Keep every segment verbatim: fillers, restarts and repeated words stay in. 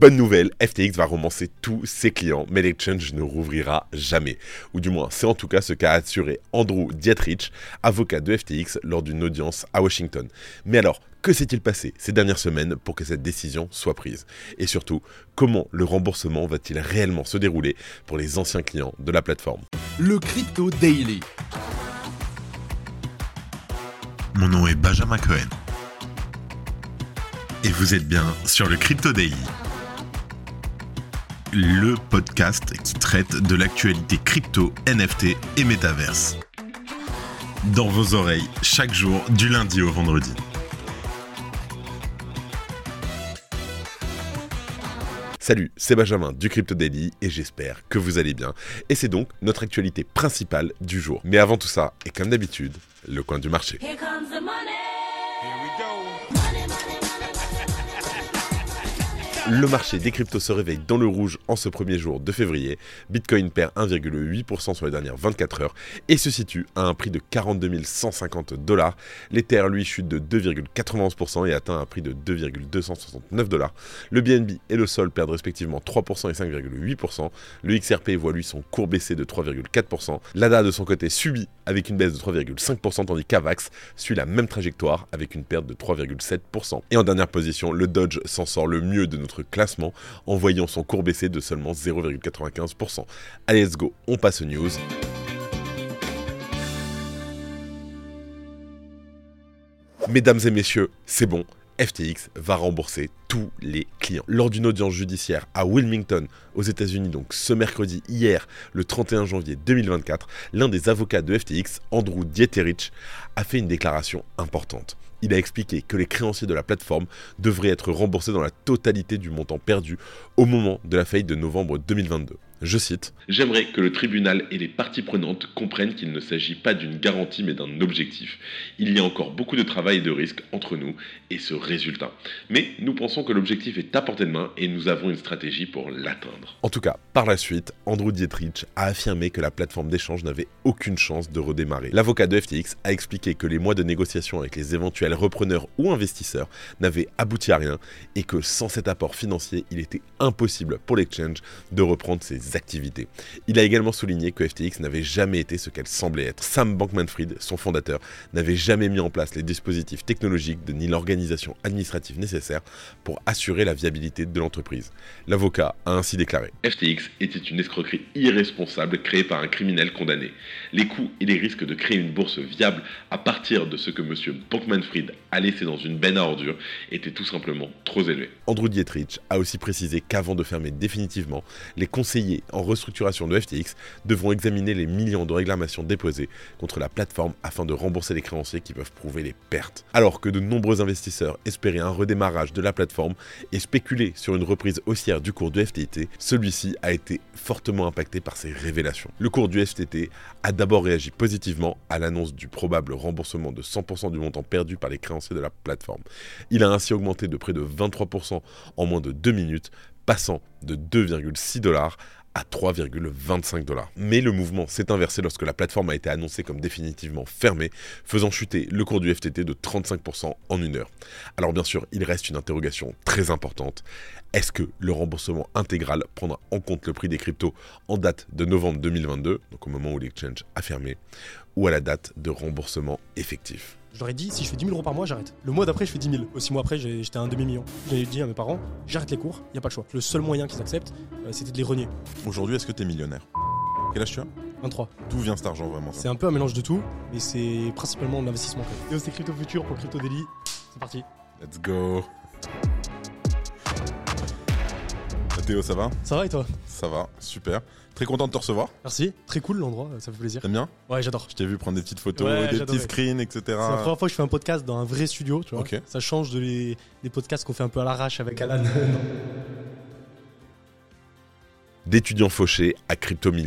Bonne nouvelle, F T X va rembourser tous ses clients, mais l'exchange ne rouvrira jamais. Ou du moins, c'est en tout cas ce qu'a assuré Andrew Dietrich, avocat de F T X, lors d'une audience à Washington. Mais alors, que s'est-il passé ces dernières semaines pour que cette décision soit prise? Et surtout, comment le remboursement va-t-il réellement se dérouler pour les anciens clients de la plateforme? Le Crypto Daily. Mon nom est Benjamin Cohen. Et vous êtes bien sur le Crypto Daily, le podcast qui traite de l'actualité crypto, N F T et métaverse. Dans vos oreilles, chaque jour, du lundi au vendredi. Salut, c'est Benjamin du Crypto Daily et j'espère que vous allez bien. Et c'est donc notre actualité principale du jour. Mais avant tout ça, et comme d'habitude, le coin du marché. Here comes the money. Here we go. Le marché des cryptos se réveille dans le rouge en ce premier jour de février. Bitcoin perd un virgule huit pour cent sur les dernières vingt-quatre heures et se situe à un prix de quarante-deux mille cent cinquante dollars. L'Ether, lui, chute de deux virgule quatre-vingt-onze pour cent et atteint un prix de deux virgule deux cent soixante-neuf dollars. Le B N B et le Sol perdent respectivement trois pour cent et cinq virgule huit pour cent. Le X R P voit lui son cours baisser de trois virgule quatre pour cent. L'A D A de son côté subit avec une baisse de trois virgule cinq pour cent tandis qu'Avax suit la même trajectoire avec une perte de trois virgule sept pour cent. Et en dernière position, le Doge s'en sort le mieux de notre classement en voyant son cours baisser de seulement zéro virgule quatre-vingt-quinze pour cent. Allez, let's go, on passe aux news. Mesdames et messieurs, c'est bon, F T X va rembourser tous les clients. Lors d'une audience judiciaire à Wilmington, aux États-Unis, donc ce mercredi, hier, le trente et un janvier deux mille vingt-quatre, l'un des avocats de F T X, Andrew Dietrich, a fait une déclaration importante. Il a expliqué que les créanciers de la plateforme devraient être remboursés dans la totalité du montant perdu au moment de la faillite de novembre deux mille vingt-deux. Je cite « J'aimerais que le tribunal et les parties prenantes comprennent qu'il ne s'agit pas d'une garantie mais d'un objectif. Il y a encore beaucoup de travail et de risques entre nous et ce résultat. Mais nous pensons que l'objectif est à portée de main et nous avons une stratégie pour l'atteindre. » En tout cas, par la suite, Andrew Dietrich a affirmé que la plateforme d'échange n'avait aucune chance de redémarrer. L'avocat de F T X a expliqué que les mois de négociations avec les éventuels repreneurs ou investisseurs n'avaient abouti à rien et que sans cet apport financier, il était impossible pour l'exchange de reprendre ses activités. Il a également souligné que F T X n'avait jamais été ce qu'elle semblait être. Sam Bankman-Fried, son fondateur, n'avait jamais mis en place les dispositifs technologiques de, ni l'organisation administrative nécessaire pour assurer la viabilité de l'entreprise. L'avocat a ainsi déclaré « F T X était une escroquerie irresponsable créée par un criminel condamné. Les coûts et les risques de créer une bourse viable à partir de ce que M. Bankman-Fried a laissé dans une benne à ordures étaient tout simplement trop élevés. » Andrew Dietrich a aussi précisé qu'avant de fermer définitivement, les conseillers en restructuration de F T X devront examiner les millions de réclamations déposées contre la plateforme afin de rembourser les créanciers qui peuvent prouver les pertes. Alors que de nombreux investisseurs espéraient un redémarrage de la plateforme et spéculaient sur une reprise haussière du cours du F T T, celui-ci a été fortement impacté par ces révélations. Le cours du F T T a d'abord réagi positivement à l'annonce du probable remboursement de cent pour cent du montant perdu par les créanciers de la plateforme. Il a ainsi augmenté de près de vingt-trois pour cent en moins de deux minutes, passant de deux virgule six dollars à trois virgule vingt-cinq dollars. Mais le mouvement s'est inversé lorsque la plateforme a été annoncée comme définitivement fermée, faisant chuter le cours du F T T de trente-cinq pour cent en une heure. Alors bien sûr, il reste une interrogation très importante. Est-ce que le remboursement intégral prendra en compte le prix des cryptos en date de novembre deux mille vingt-deux, donc au moment où l'exchange a fermé, ou à la date de remboursement effectif? Je leur ai dit, si je fais dix mille euros par mois, j'arrête. Le mois d'après, je fais dix mille. Six mois après, j'ai- j'étais à un demi-million. J'ai dit à mes parents, j'arrête les cours, y a pas de choix. Le seul moyen qu'ils acceptent, euh, c'était de les renier. Aujourd'hui, est-ce que t'es millionnaire? Quel âge tu as? vingt-trois. D'où vient cet argent vraiment? C'est un peu un mélange de tout, mais c'est principalement de l'investissement. Et c'est Crypto Futur pour Crypto Daily. C'est parti. Let's go. Théo, ça va? Ça va et toi? Ça va, super. Très content de te recevoir. Merci. Très cool l'endroit, ça fait plaisir. T'aimes bien? Ouais, j'adore. Je t'ai vu prendre des petites photos, Ouais, des j'adorais. petits screens, et C'est la cetera. première fois que je fais un podcast dans un vrai studio, tu vois. Ok. Ça change de les, des podcasts qu'on fait un peu à l'arrache avec Alan. D'étudiant fauché à crypto-millionnaire.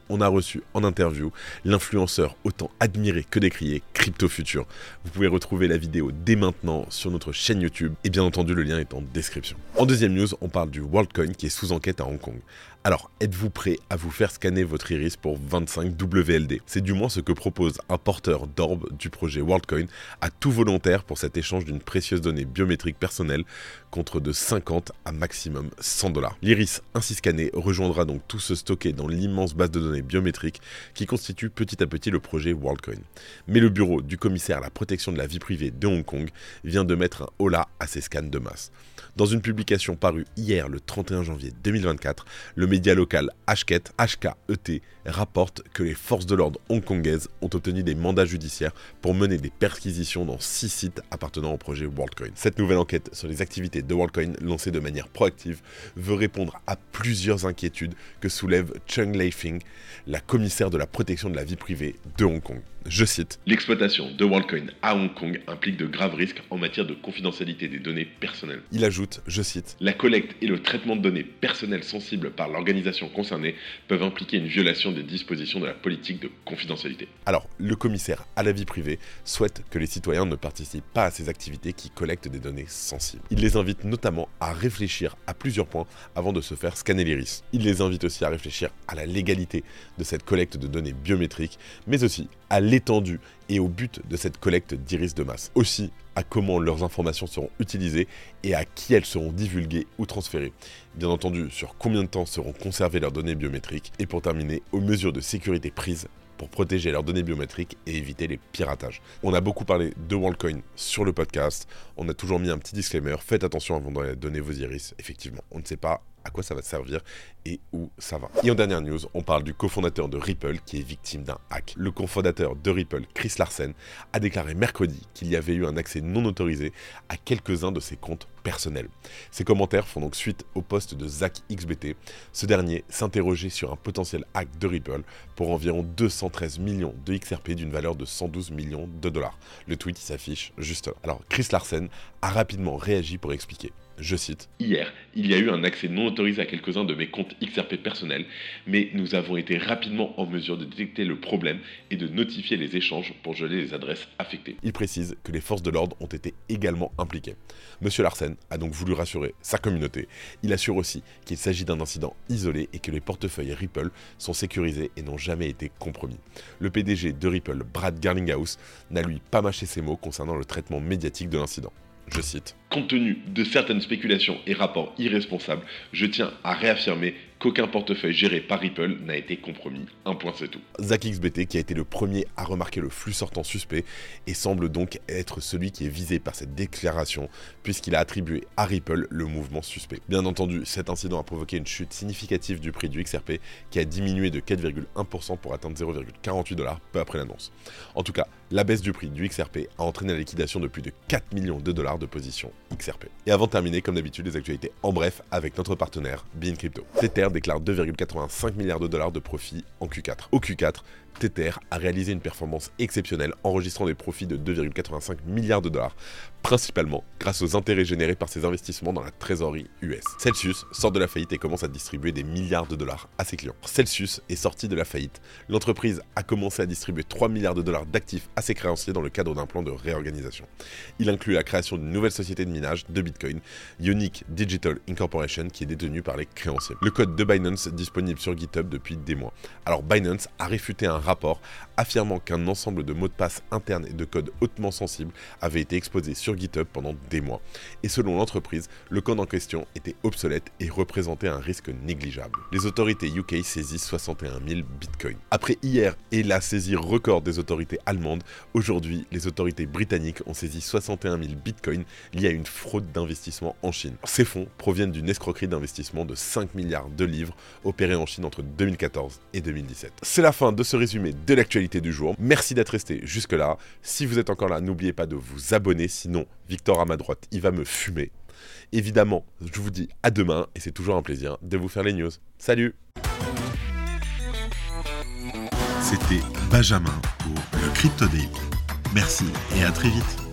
on a reçu en interview l'influenceur autant admiré que décrié, Crypto Future. Vous pouvez retrouver la vidéo dès maintenant sur notre chaîne YouTube et bien entendu le lien est en description. En deuxième news, on parle du WorldCoin qui est sous enquête à Hong Kong. Alors, êtes-vous prêt à vous faire scanner votre iris pour vingt-cinq W L D? C'est du moins ce que propose un porteur d'orbe du projet WorldCoin à tout volontaire pour cet échange d'une précieuse donnée biométrique personnelle contre de cinquante à maximum cent dollars. L'iris ainsi scanné rejoindra donc tout ce stocké dans l'immense base de données biométrique qui constitue petit à petit le projet WorldCoin. Mais le bureau du commissaire à la protection de la vie privée de Hong Kong vient de mettre un holà à ces scans de masse. Dans une publication parue hier le trente et un janvier deux mille vingt-quatre, le média local H K E T rapporte que les forces de l'ordre hongkongaises ont obtenu des mandats judiciaires pour mener des perquisitions dans six sites appartenant au projet WorldCoin. Cette nouvelle enquête sur les activités de WorldCoin, lancée de manière proactive, veut répondre à plusieurs inquiétudes que soulève Chung Lei-Fing, la commissaire de la protection de la vie privée de Hong Kong. Je cite: l'exploitation de WorldCoin à Hong Kong implique de graves risques en matière de confidentialité des données personnelles. Il ajoute, je cite: la collecte et le traitement de données personnelles sensibles par l'organisation concernée peuvent impliquer une violation des dispositions de la politique de confidentialité. Alors, le commissaire à la vie privée souhaite que les citoyens ne participent pas à ces activités qui collectent des données sensibles. Il les invite notamment à réfléchir à plusieurs points avant de se faire scanner l'iris. Il les invite aussi à réfléchir à la légalité de cette collecte de données biométriques, mais aussi à l'étendue et au but de cette collecte d'iris de masse. Aussi à comment leurs informations seront utilisées et à qui elles seront divulguées ou transférées. Bien entendu, sur combien de temps seront conservées leurs données biométriques et pour terminer, aux mesures de sécurité prises pour protéger leurs données biométriques et éviter les piratages. On a beaucoup parlé de WorldCoin sur le podcast, on a toujours mis un petit disclaimer, faites attention avant de donner vos iris, effectivement, on ne sait pas à quoi ça va servir et où ça va. Et en dernière news, on parle du cofondateur de Ripple qui est victime d'un hack. Le cofondateur de Ripple, Chris Larsen, a déclaré mercredi qu'il y avait eu un accès non autorisé à quelques-uns de ses comptes personnels. Ces commentaires font donc suite au post de Zach X B T. Ce dernier s'interrogeait sur un potentiel hack de Ripple pour environ deux cent treize millions de X R P d'une valeur de cent douze millions de dollars. Le tweet s'affiche juste là. Alors Chris Larsen a rapidement réagi pour expliquer. Je cite: hier, il y a eu un accès non autorisé à quelques-uns de mes comptes X R P personnels, mais nous avons été rapidement en mesure de détecter le problème et de notifier les échanges pour geler les adresses affectées. Il précise que les forces de l'ordre ont été également impliquées. Monsieur Larsen a donc voulu rassurer sa communauté. Il assure aussi qu'il s'agit d'un incident isolé et que les portefeuilles Ripple sont sécurisés et n'ont jamais été compromis. Le P D G de Ripple, Brad Garlinghouse, n'a lui pas mâché ses mots concernant le traitement médiatique de l'incident. Je cite: compte tenu de certaines spéculations et rapports irresponsables, je tiens à réaffirmer qu'aucun portefeuille géré par Ripple n'a été compromis. Un point, c'est tout. Zach X B T qui a été le premier à remarquer le flux sortant suspect et semble donc être celui qui est visé par cette déclaration puisqu'il a attribué à Ripple le mouvement suspect. Bien entendu, cet incident a provoqué une chute significative du prix du X R P qui a diminué de quatre virgule un pour cent pour atteindre zéro virgule quarante-huit dollars peu après l'annonce. En tout cas, la baisse du prix du X R P a entraîné la liquidation de plus de quatre millions de dollars de positions X R P. Et avant de terminer, comme d'habitude, les actualités en bref avec notre partenaire Bean Crypto. Tether déclare deux virgule quatre-vingt-cinq milliards de dollars de profit en Q quatre. Au Q quatre, Tether a réalisé une performance exceptionnelle, enregistrant des profits de deux virgule quatre-vingt-cinq milliards de dollars, principalement grâce aux intérêts générés par ses investissements dans la trésorerie U S. Celsius sort de la faillite et commence à distribuer des milliards de dollars à ses clients. Celsius est sorti de la faillite. L'entreprise a commencé à distribuer trois milliards de dollars d'actifs à ses créanciers dans le cadre d'un plan de réorganisation. Il inclut la création d'une nouvelle société de minage de Bitcoin, Ionic Digital Incorporation, qui est détenue par les créanciers. Le code de Binance disponible sur GitHub depuis des mois. Alors Binance a réfuté un rapport affirmant qu'un ensemble de mots de passe internes et de codes hautement sensibles avait été exposé sur GitHub pendant des mois. Et selon l'entreprise, le code en question était obsolète et représentait un risque négligeable. Les autorités U K saisissent soixante et un mille bitcoins. Après hier et la saisie record des autorités allemandes, aujourd'hui, les autorités britanniques ont saisi soixante et un mille bitcoins liés à une fraude d'investissement en Chine. Ces fonds proviennent d'une escroquerie d'investissement de cinq milliards de livres opérée en Chine entre deux mille quatorze et deux mille dix-sept. C'est la fin de ce résumé de l'actualité du jour. Merci d'être resté jusque-là. Si vous êtes encore là, n'oubliez pas de vous abonner, sinon Victor à ma droite, il va me fumer. Évidemment, je vous dis à demain et c'est toujours un plaisir de vous faire les news. Salut! C'était Benjamin pour le Crypto Daily. Merci et à très vite.